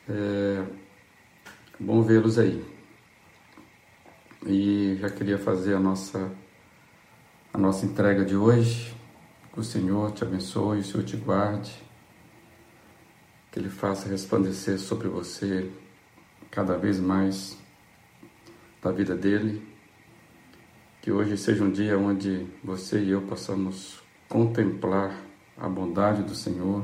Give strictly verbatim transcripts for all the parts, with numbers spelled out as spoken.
É bom vê-los aí. E já queria fazer a nossa, a nossa entrega de hoje. Que o Senhor te abençoe, o Senhor te guarde, que Ele faça resplandecer sobre você cada vez mais da vida dEle. Que hoje seja um dia onde você e eu possamos contemplar a bondade do Senhor.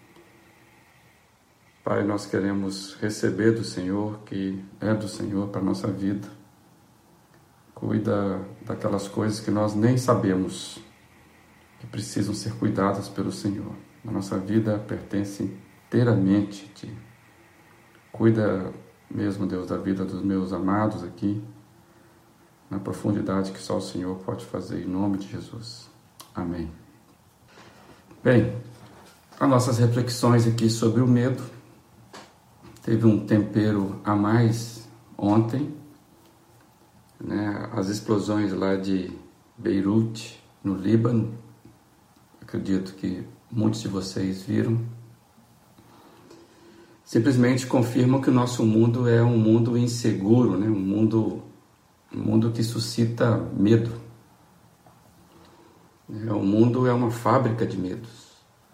Pai, nós queremos receber do Senhor, que é do Senhor para a nossa vida. Cuida daquelas coisas que nós nem sabemos, que precisam ser cuidadas pelo Senhor. A nossa vida pertence inteiramente a Ti. Cuida mesmo, Deus, da vida dos meus amados aqui, na profundidade que só o Senhor pode fazer, em nome de Jesus. Amém. Bem, as nossas reflexões aqui sobre o medo teve um tempero a mais ontem, né? As explosões lá de Beirute, no Líbano, acredito que muitos de vocês viram, simplesmente confirmam que o nosso mundo é um mundo inseguro, né? um, mundo, um mundo que suscita medo. O mundo é uma fábrica de medos.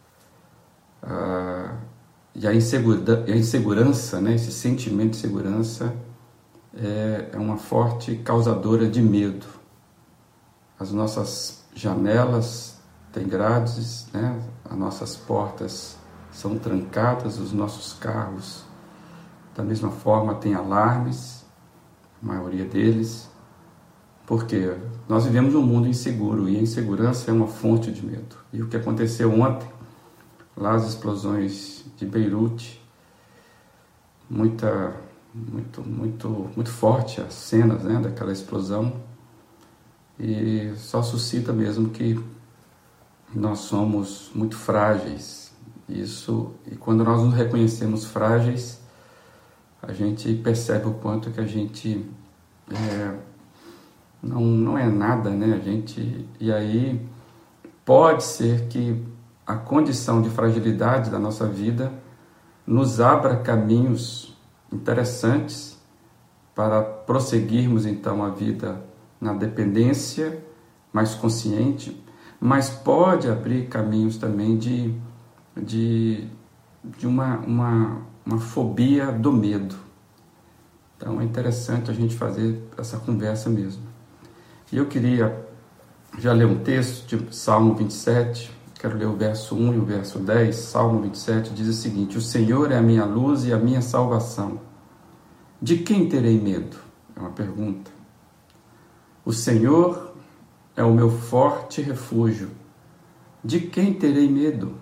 Ah, e a, insegura, a insegurança, né? esse sentimento de segurança, é, é uma forte causadora de medo. As nossas janelas têm grades, né? As nossas portas são trancadas, os nossos carros, da mesma forma, têm alarmes, a maioria deles, porque nós vivemos um mundo inseguro e a insegurança é uma fonte de medo. E o que aconteceu ontem, lá as explosões de Beirute, muita, muito, muito, muito forte as cenas, né, daquela explosão, e só suscita mesmo que nós somos muito frágeis. Isso, e quando nós nos reconhecemos frágeis, a gente percebe o quanto que a gente é, não, não é nada, né? A gente, e aí pode ser que a condição de fragilidade da nossa vida nos abra caminhos interessantes para prosseguirmos então a vida na dependência mais consciente, mas pode abrir caminhos também de de, de uma, uma, uma fobia do medo. Então é interessante a gente fazer essa conversa mesmo. E eu queria já ler um texto de Salmo vinte e sete, quero ler o verso um e o verso dez. Salmo vinte e sete diz o seguinte: o Senhor é a minha luz e a minha salvação. De quem terei medo? É uma pergunta. O Senhor é o meu forte refúgio. De quem terei medo?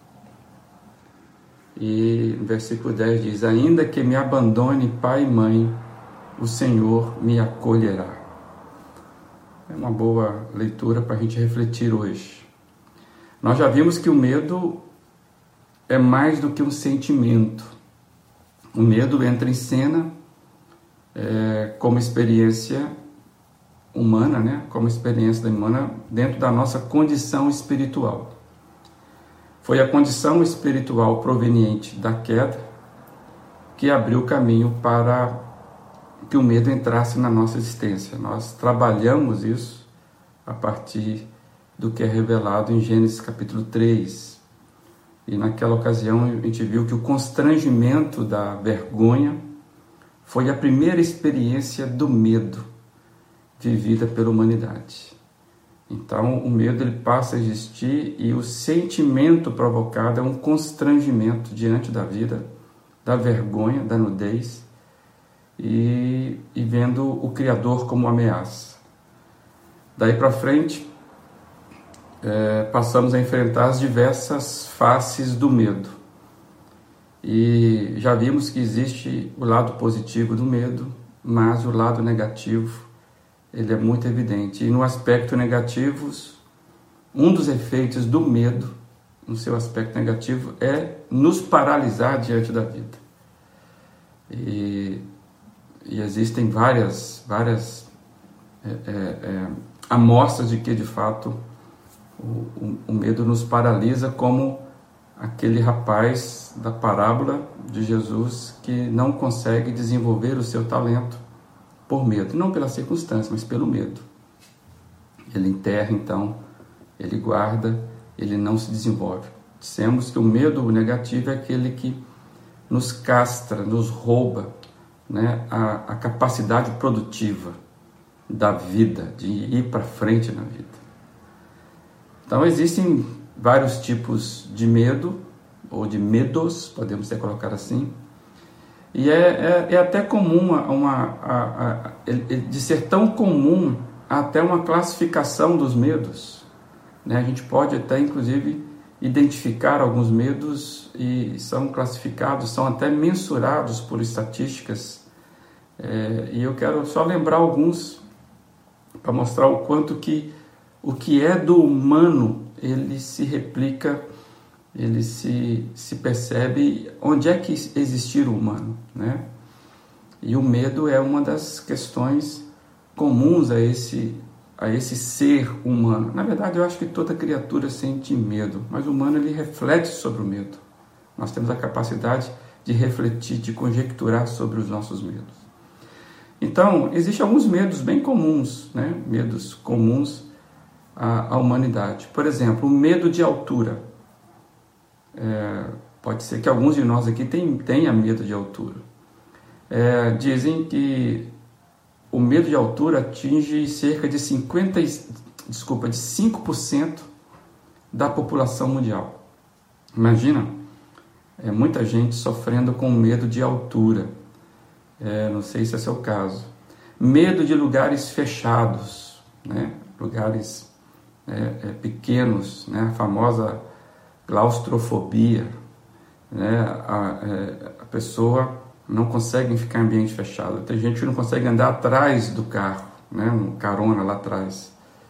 E no versículo dez diz: ainda que me abandone pai e mãe, o Senhor me acolherá. É uma boa leitura para a gente refletir hoje. Nós já vimos que o medo é mais do que um sentimento. O medo entra em cena é, como experiência humana, né? como experiência humana dentro da nossa condição espiritual. Foi a condição espiritual proveniente da queda que abriu o caminho para que o medo entrasse na nossa existência. Nós trabalhamos isso a partir do que é revelado em Gênesis capítulo três. E naquela ocasião a gente viu que o constrangimento da vergonha foi a primeira experiência do medo vivida pela humanidade. Então, o medo ele passa a existir e o sentimento provocado é um constrangimento diante da vida, da vergonha, da nudez e, e vendo o Criador como ameaça. Daí para frente, é, passamos a enfrentar as diversas faces do medo. E já vimos que existe o lado positivo do medo, mas o lado negativo ele é muito evidente. E no aspecto negativo, um dos efeitos do medo, no seu aspecto negativo, é nos paralisar diante da vida. E, e existem várias, várias é, é, é, amostras de que, de fato, o, o, o medo nos paralisa, como aquele rapaz da parábola de Jesus que não consegue desenvolver o seu talento por medo, não pela circunstância, mas pelo medo. Ele enterra então, ele guarda, ele não se desenvolve. Dissemos que o medo negativo é aquele que nos castra, nos rouba, né, a, a capacidade produtiva da vida, de ir para frente na vida. Então existem vários tipos de medo, ou de medos, podemos até colocar assim, e é, é, é até comum, uma, uma, a, a, de ser tão comum até uma classificação dos medos, né? A gente pode até, inclusive, identificar alguns medos e são classificados, são até mensurados por estatísticas, é, e eu quero só lembrar alguns para mostrar o quanto que o que é do humano, ele se replica, ele se, se percebe onde é que existir o humano, né? E o medo é uma das questões comuns a esse, a esse ser humano. Na verdade, eu acho que toda criatura sente medo, mas o humano ele reflete sobre o medo. Nós temos a capacidade de refletir, de conjecturar sobre os nossos medos. Então, existem alguns medos bem comuns, né? Medos comuns à, à humanidade. Por exemplo, o medo de altura. É, pode ser que alguns de nós aqui tenham, tenham medo de altura. É, dizem que o medo de altura atinge cerca de cinquenta, desculpa, de cinco por cento da população mundial. Imagina, é, muita gente sofrendo com medo de altura. É, não sei se é seu caso. Medo de lugares fechados, né? Lugares é, é, pequenos, né? A famosa claustrofobia, né? A, é, a pessoa não consegue ficar em ambiente fechado. Tem gente que não consegue andar atrás do carro, né? Um carona lá atrás.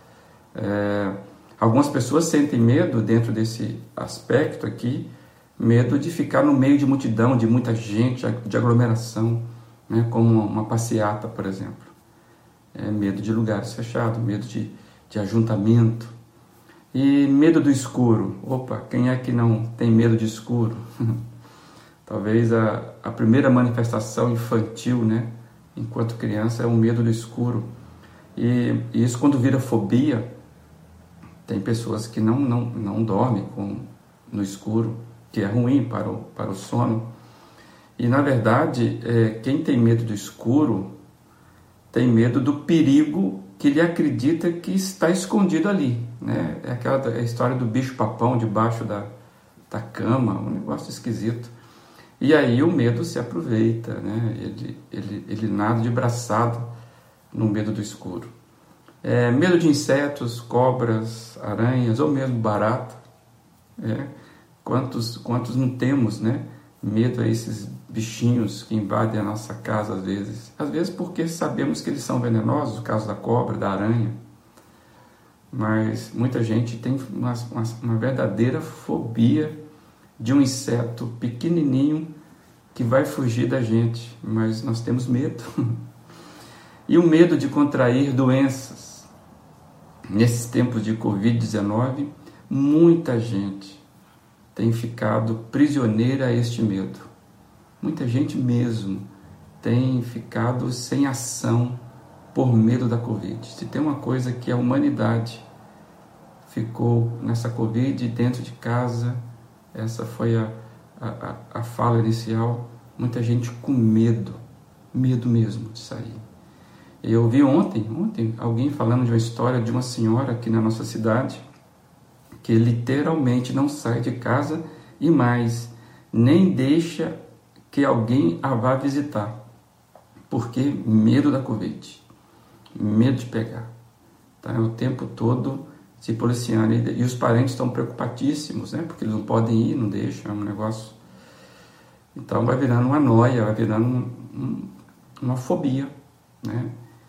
É, algumas pessoas sentem medo dentro desse aspecto aqui, medo de ficar no meio de multidão, de muita gente, de aglomeração, né, como uma passeata, por exemplo. É, medo de lugares fechados, medo de, de ajuntamento. E medo do escuro. Opa, quem é que não tem medo de escuro? Talvez a, a primeira manifestação infantil, né, enquanto criança, é o medo do escuro. E, e isso, quando vira fobia, tem pessoas que não, não, não dormem com, no escuro, que é ruim para o, para o sono. E, na verdade, é, quem tem medo do escuro tem medo do perigo que ele acredita que está escondido ali, né? É aquela é a história do bicho-papão debaixo da, da cama, um negócio esquisito. E aí o medo se aproveita, né? Ele, ele, ele nada de braçado no medo do escuro. É, medo de insetos, cobras, aranhas ou mesmo barata. É, quantos, quantos não temos, né? Medo a esses bichinhos que invadem a nossa casa às vezes. Às vezes porque sabemos que eles são venenosos, no caso da cobra, da aranha. Mas muita gente tem uma, uma, uma verdadeira fobia de um inseto pequenininho que vai fugir da gente. Mas nós temos medo. E o medo de contrair doenças. Nesses tempos de covid dezenove, muita gente tem ficado prisioneira a este medo. Muita gente mesmo tem ficado sem ação por medo da Covid. Se tem uma coisa que a humanidade ficou nessa Covid dentro de casa, essa foi a, a, a fala inicial, muita gente com medo, medo mesmo de sair. Eu vi ontem, ontem alguém falando de uma história de uma senhora aqui na nossa cidade, que literalmente não sai de casa e mais, nem deixa que alguém a vá visitar, porque medo da Covid, medo de pegar, tá? O tempo todo se policiando, e, e os parentes estão preocupadíssimos, né? Porque eles não podem ir, não deixam, é um negócio, então vai virando uma noia, vai virando um, um, uma fobia, né?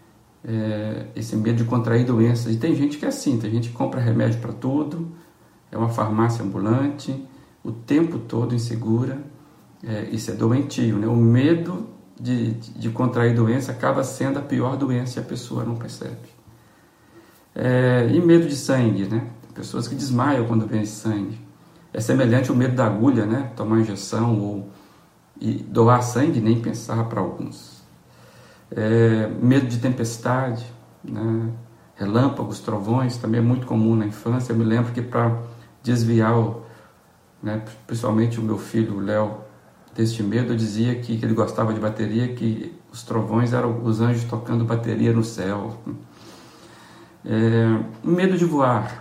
É, esse medo de contrair doenças, e tem gente que é assim, tem gente que compra remédio para tudo, é uma farmácia ambulante, o tempo todo insegura. É, isso é doentio, né? O medo de, de, de contrair doença acaba sendo a pior doença e a pessoa não percebe. É, e medo de sangue, né? Pessoas que desmaiam quando vêem sangue. É semelhante ao medo da agulha, né? Tomar injeção ou e doar sangue, nem pensar para alguns. É, medo de tempestade, né? Relâmpagos, trovões, também é muito comum na infância. Eu me lembro que para desviar, o, né, principalmente o meu filho, o Léo, deste medo, eu dizia que, que ele gostava de bateria, que os trovões eram os anjos tocando bateria no céu. É, medo de voar.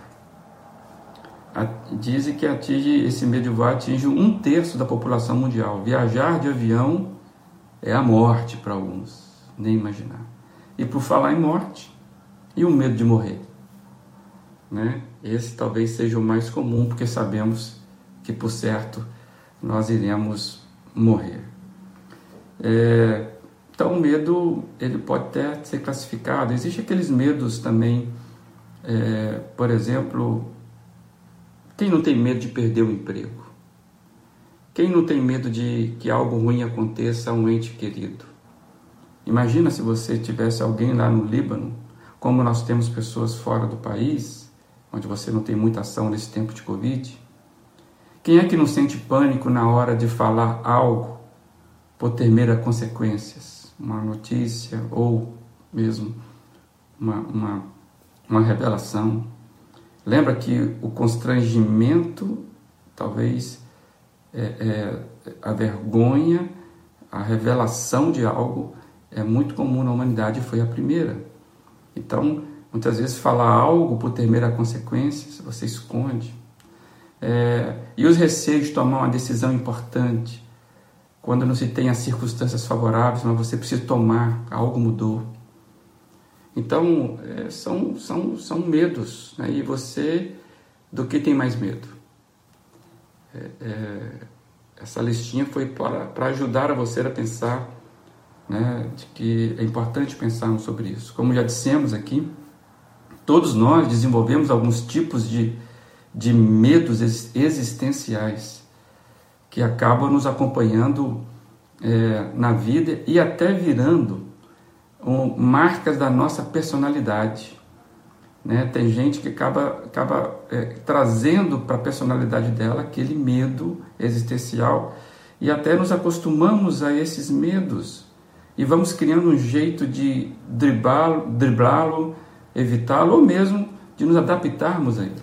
Dizem que atinge, esse medo de voar atinge um terço da população mundial. Viajar de avião é a morte para alguns, nem imaginar. E por falar em morte, e o medo de morrer, né? Esse talvez seja o mais comum, porque sabemos que, por certo, nós iremos morrer. É, então, o medo ele pode até ser classificado. Existem aqueles medos também, é, por exemplo, quem não tem medo de perder o emprego? Quem não tem medo de que algo ruim aconteça a um ente querido? Imagina se você tivesse alguém lá no Líbano, como nós temos pessoas fora do país, onde você não tem muita ação nesse tempo de Covid. Quem é que não sente pânico na hora de falar algo por temer a consequências? Uma notícia ou mesmo uma, uma, uma revelação. Lembra que o constrangimento, talvez é, é, a vergonha, a revelação de algo é muito comum na humanidade e foi a primeira. Então, muitas vezes falar algo por temer a consequências, você esconde. É, e os receios de tomar uma decisão importante, quando não se tem as circunstâncias favoráveis, mas você precisa tomar, algo mudou. Então, é, são, são, são medos, né? E você, do que tem mais medo? É, é, essa listinha foi para, para ajudar a você a pensar, né, de que é importante pensarmos sobre isso. Como já dissemos aqui, todos nós desenvolvemos alguns tipos de, de medos existenciais que acabam nos acompanhando é, na vida e até virando um, marcas da nossa personalidade, né? Tem gente que acaba, acaba é, trazendo para a personalidade dela aquele medo existencial e até nos acostumamos a esses medos e vamos criando um jeito de driblá-lo, driblá-lo, evitá-lo ou mesmo de nos adaptarmos a ele.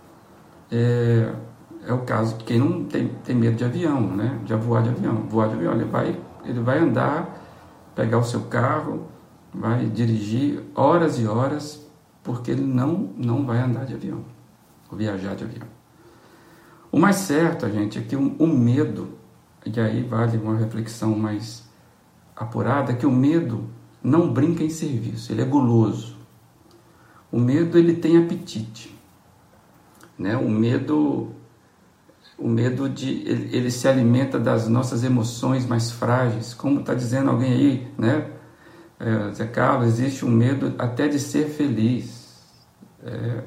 É, é o caso de quem não tem, tem medo de avião, né? De voar de avião. Voar de avião, ele vai, ele vai andar, pegar o seu carro, vai dirigir horas e horas, porque ele não, não vai andar de avião, ou viajar de avião. O mais certo, gente, é que o, o medo, e aí vale uma reflexão mais apurada, é que o medo não brinca em serviço, ele é guloso. O medo, ele tem apetite, né? O medo, o medo de, ele, ele se alimenta das nossas emoções mais frágeis, como está dizendo alguém aí, né? É, Zé Carlos, existe um medo até de ser feliz. É,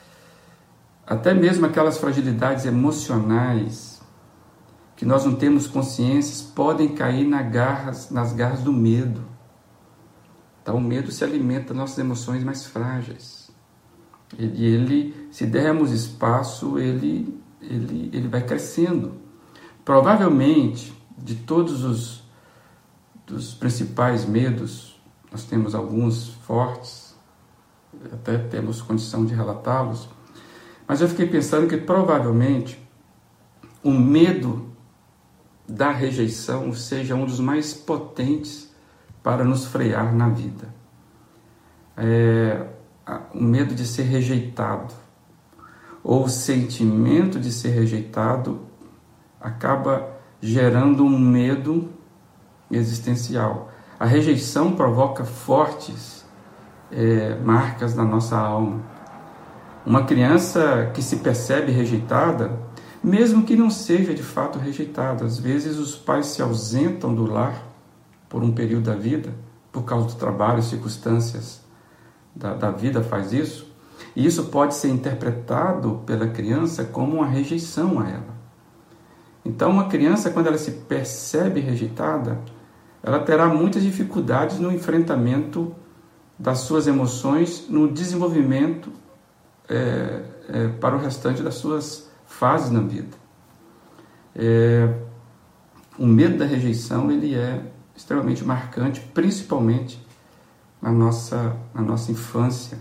até mesmo aquelas fragilidades emocionais que nós não temos consciência podem cair na garras, nas garras do medo. Então o medo se alimenta das nossas emoções mais frágeis. E ele, se dermos espaço, ele, ele, ele vai crescendo. Provavelmente, de todos os dos principais medos, nós temos alguns fortes, até temos condição de relatá-los, mas eu fiquei pensando que provavelmente o medo da rejeição seja um dos mais potentes para nos frear na vida. É, o medo de ser rejeitado, ou o sentimento de ser rejeitado, acaba gerando um medo existencial. A rejeição provoca fortes é, marcas na nossa alma. Uma criança que se percebe rejeitada, mesmo que não seja de fato rejeitada, às vezes os pais se ausentam do lar por um período da vida, por causa do trabalho, circunstâncias da, da vida faz isso, e isso pode ser interpretado pela criança como uma rejeição a ela. Então, uma criança, quando ela se percebe rejeitada, ela terá muitas dificuldades no enfrentamento das suas emoções, no desenvolvimento é, é, para o restante das suas fases na vida. É, o medo da rejeição ele é extremamente marcante, principalmente na nossa, na nossa infância.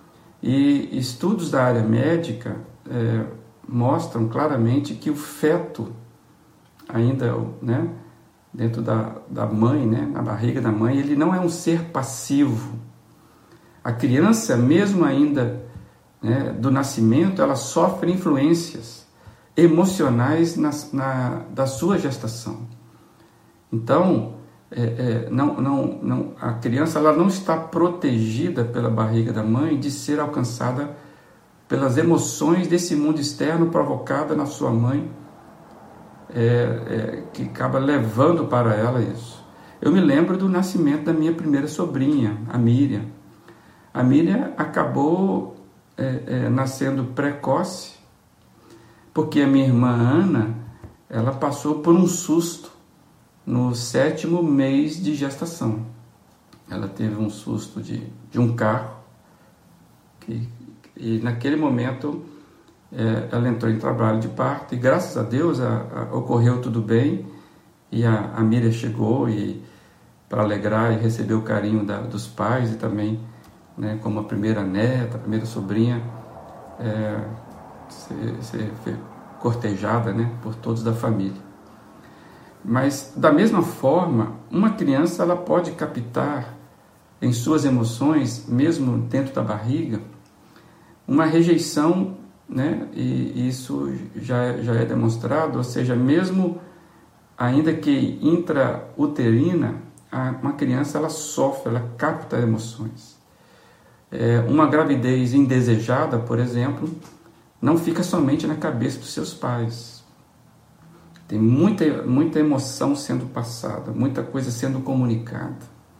E estudos da área médica é, mostram claramente que o feto, ainda, né, dentro da, da mãe, né, na barriga da mãe, ele não é um ser passivo. A criança, mesmo ainda, né, do nascimento, ela sofre influências emocionais na, na, da sua gestação. Então, é, é, não, não, não, a criança ela não está protegida pela barriga da mãe de ser alcançada pelas emoções desse mundo externo provocada na sua mãe, é, é, que acaba levando para ela isso. Eu me lembro do nascimento da minha primeira sobrinha, a Miriam. A Miriam acabou é, é, nascendo precoce, porque a minha irmã Ana, ela passou por um susto no sétimo mês de gestação. Ela teve um susto de, de um carro, que, e naquele momento é, ela entrou em trabalho de parto, e graças a Deus a, a, ocorreu tudo bem, e a, a Miriam chegou e para alegrar e receber o carinho da, dos pais, e também, né, como a primeira neta, a primeira sobrinha, é, ser, ser cortejada, né, por todos da família. Mas, da mesma forma, uma criança ela pode captar em suas emoções, mesmo dentro da barriga, uma rejeição, né? E isso já, já é demonstrado, ou seja, mesmo ainda que intrauterina, uma criança ela sofre, ela capta emoções. É, uma gravidez indesejada, por exemplo, não fica somente na cabeça dos seus pais. Tem muita, muita emoção sendo passada, muita coisa sendo comunicada.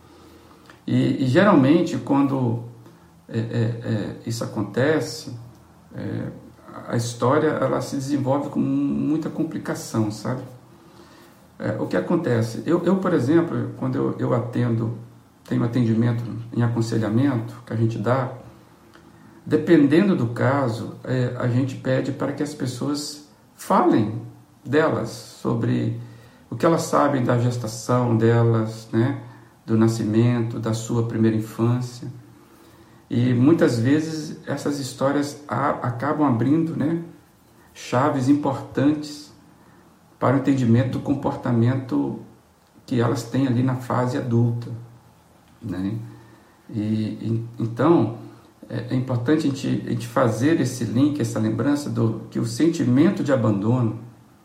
E, e geralmente, quando é, é, é, isso acontece, é, a história ela se desenvolve com muita complicação, sabe? É, o que acontece? Eu, eu, por exemplo, quando eu, eu atendo, tenho atendimento em aconselhamento que a gente dá, dependendo do caso, é, a gente pede para que as pessoas falem delas, sobre o que elas sabem da gestação delas, né, do nascimento, da sua primeira infância. E muitas vezes essas histórias a, acabam abrindo, né, chaves importantes para o entendimento do comportamento que elas têm ali na fase adulta, né? E, e então é, é importante a gente, a gente fazer esse link, essa lembrança do que o sentimento de abandono,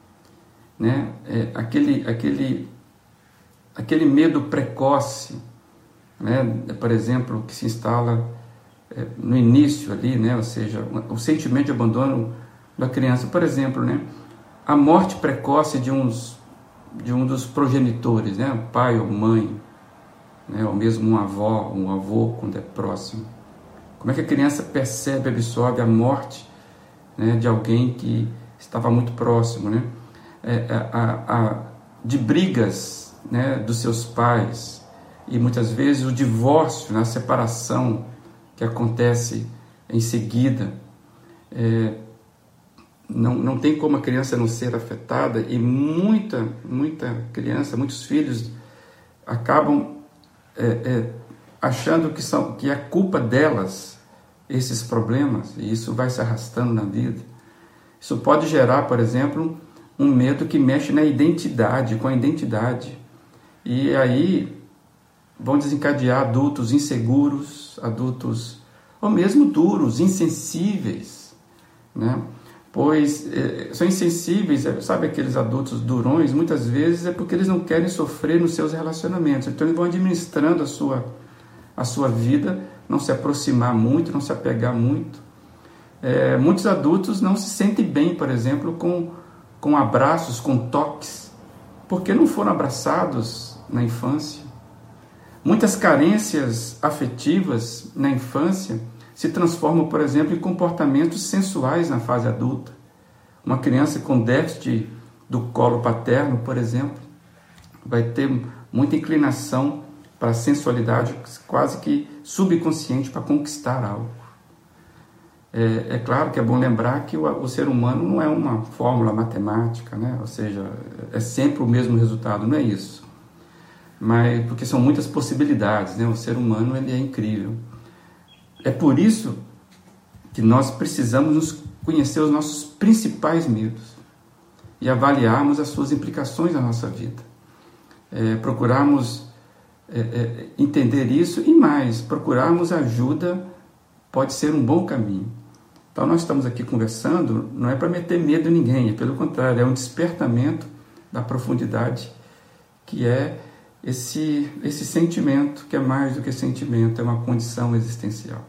né, é, aquele, aquele, aquele medo precoce, né, por exemplo, que se instala é, no início ali, né, ou seja, o, o sentimento de abandono da criança, por exemplo, né, a morte precoce de, uns, de um dos progenitores, né, o pai ou mãe, né, ou mesmo uma avó, um avô, quando é próximo. Como é que a criança percebe, absorve a morte, né, de alguém que estava muito próximo, né? É, a, a, de brigas, né, dos seus pais, e muitas vezes o divórcio, né, a separação que acontece em seguida. É, não, não tem como a criança não ser afetada, e muita, muita criança, muitos filhos acabam é, é, achando que, são, que é culpa delas esses problemas, e isso vai se arrastando na vida. Isso pode gerar, por exemplo, um medo que mexe na identidade, com a identidade. E aí vão desencadear adultos inseguros, adultos, ou mesmo duros, insensíveis, né? Pois é, são insensíveis, sabe aqueles adultos durões, muitas vezes é porque eles não querem sofrer nos seus relacionamentos. Então eles vão administrando a sua, a sua vida, não se aproximar muito, não se apegar muito. É, muitos adultos não se sentem bem, por exemplo, com com abraços, com toques, porque não foram abraçados na infância. Muitas carências afetivas na infância se transformam, por exemplo, em comportamentos sensuais na fase adulta. Uma criança com déficit do colo paterno, por exemplo, vai ter muita inclinação para a sensualidade, quase que subconsciente, para conquistar algo. É, é claro que é bom lembrar que o, o ser humano não é uma fórmula matemática, né? Ou seja, é sempre o mesmo resultado, não é isso. Mas, porque são muitas possibilidades, né? O ser humano ele é incrível. É por isso que nós precisamos nos conhecer os nossos principais medos e avaliarmos as suas implicações na nossa vida. É, procurarmos é, é, entender isso e mais, procurarmos ajuda pode ser um bom caminho. Então nós estamos aqui conversando, não é para meter medo em ninguém, é pelo contrário, é um despertamento da profundidade que é esse, esse sentimento, que é mais do que sentimento, é uma condição existencial.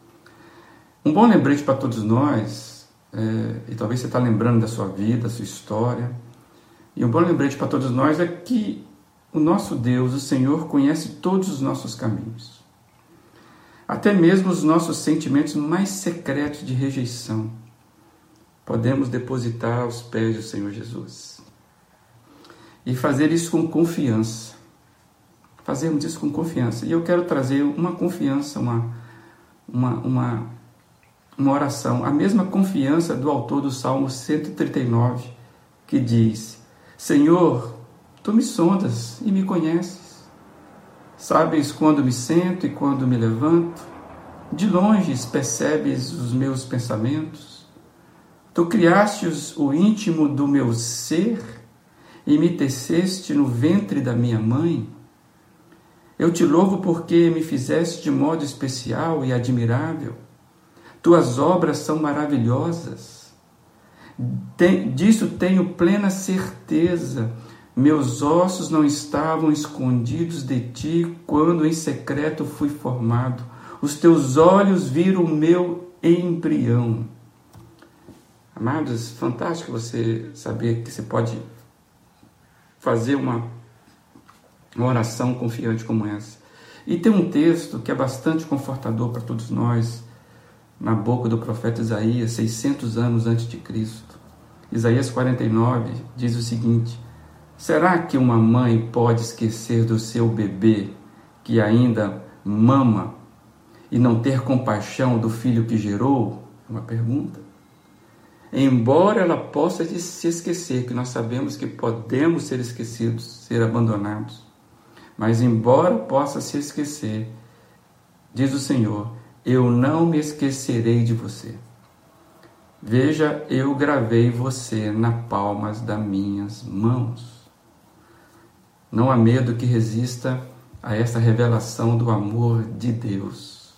Um bom lembrete para todos nós, é, e talvez você está lembrando da sua vida, da sua história, e um bom lembrete para todos nós é que o nosso Deus, o Senhor, conhece todos os nossos caminhos. Até mesmo os nossos sentimentos mais secretos de rejeição, podemos depositar aos pés do Senhor Jesus. E fazer isso com confiança. Fazermos isso com confiança. E eu quero trazer uma confiança, uma, uma, uma, uma oração, a mesma confiança do autor do Salmo cento e trinta e nove, que diz: Senhor, Tu me sondas e me conheces. Sabes quando me sento e quando me levanto. De longe percebes os meus pensamentos. Tu criastes o íntimo do meu ser e me teceste no ventre da minha mãe. Eu te louvo porque me fizeste de modo especial e admirável. Tuas obras são maravilhosas. Tem, disso tenho plena certeza. Meus ossos não estavam escondidos de ti quando em secreto fui formado. Os teus olhos viram o meu embrião. Amados, fantástico você saber que você pode fazer uma, uma oração confiante como essa. E tem um texto que é bastante confortador para todos nós, na boca do profeta Isaías, seiscentos anos antes de Cristo. Isaías quarenta e nove diz o seguinte: será que uma mãe pode esquecer do seu bebê que ainda mama e não ter compaixão do filho que gerou? É uma pergunta. Embora ela possa se esquecer, que nós sabemos que podemos ser esquecidos, ser abandonados, mas embora possa se esquecer, diz o Senhor, eu não me esquecerei de você. Veja, eu gravei você nas palmas das minhas mãos. Não há medo que resista a essa revelação do amor de Deus.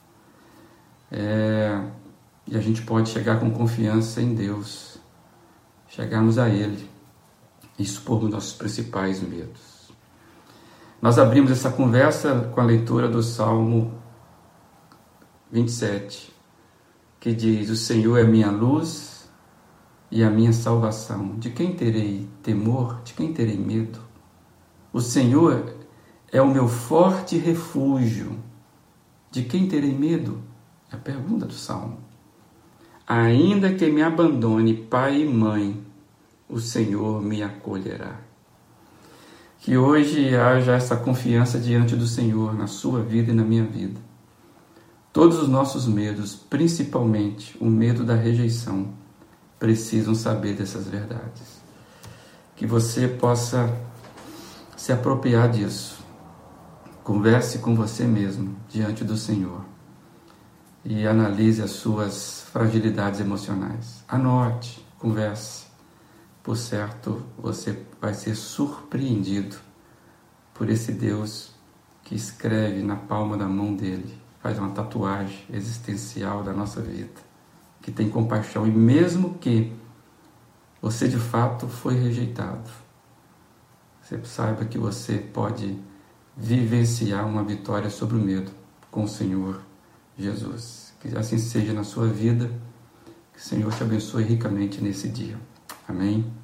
É, e a gente pode chegar com confiança em Deus, chegarmos a Ele e expormos nossos principais medos. Nós abrimos essa conversa com a leitura do Salmo vinte e sete, que diz: o Senhor é minha luz e a minha salvação. De quem terei temor? De quem terei medo? O Senhor é o meu forte refúgio. De quem terei medo? É a pergunta do Salmo. Ainda que me abandone pai e mãe, o Senhor me acolherá. Que hoje haja essa confiança diante do Senhor na sua vida e na minha vida. Todos os nossos medos, principalmente o medo da rejeição, precisam saber dessas verdades. Que você possa se apropriar disso. Converse com você mesmo diante do Senhor e analise as suas fragilidades emocionais. Anote, converse. Por certo, você vai ser surpreendido por esse Deus que escreve na palma da mão dele, faz uma tatuagem existencial da nossa vida, que tem compaixão, e mesmo que você de fato foi rejeitado, você saiba que você pode vivenciar uma vitória sobre o medo com o Senhor Jesus. Que assim seja na sua vida, que o Senhor te abençoe ricamente nesse dia. Amém?